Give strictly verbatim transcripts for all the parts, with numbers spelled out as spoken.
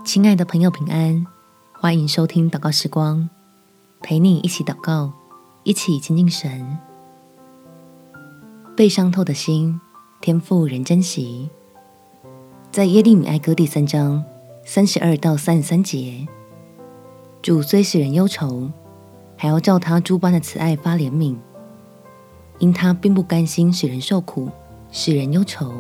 亲爱的朋友平安，欢迎收听祷告时光，陪你一起祷告，一起亲近神。被伤透的心，天父仍珍惜。在耶利米哀歌第三章三十二到三十三节，主虽使人忧愁，还要照他诸般的慈爱发怜悯，因他并不甘心使人受苦，使人忧愁。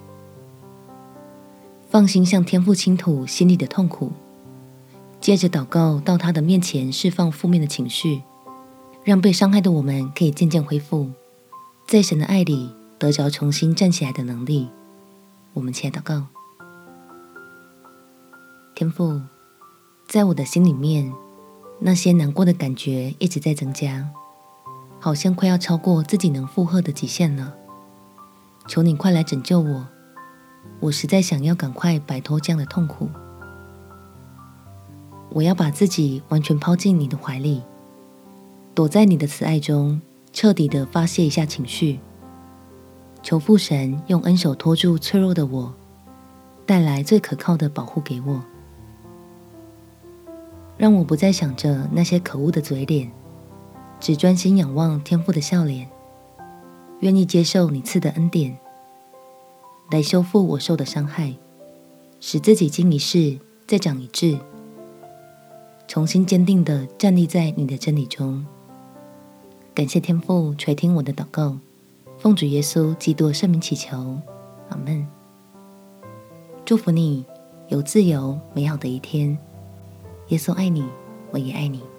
放心向天父倾吐心里的痛苦，接着祷告到他的面前，释放负面的情绪，让被伤害的我们可以渐渐恢复，在神的爱里得着重新站起来的能力。我们起来祷告。天父，在我的心里面，那些难过的感觉一直在增加，好像快要超过自己能负荷的极限了。求你快来拯救我，我实在想要赶快摆脱这样的痛苦。我要把自己完全抛进你的怀里，躲在你的慈爱中，彻底的发泄一下情绪。求父神用恩手托住脆弱的我，带来最可靠的保护给我，让我不再想着那些可恶的嘴脸，只专心仰望天父的笑脸，愿意接受你赐的恩典，来修复我受的伤害，使自己经一事再长一智，重新坚定地站立在你的真理中。感谢天父垂听我的祷告，奉主耶稣基督圣名祈求，阿们。祝福你有自由美好的一天。耶稣爱你，我也爱你。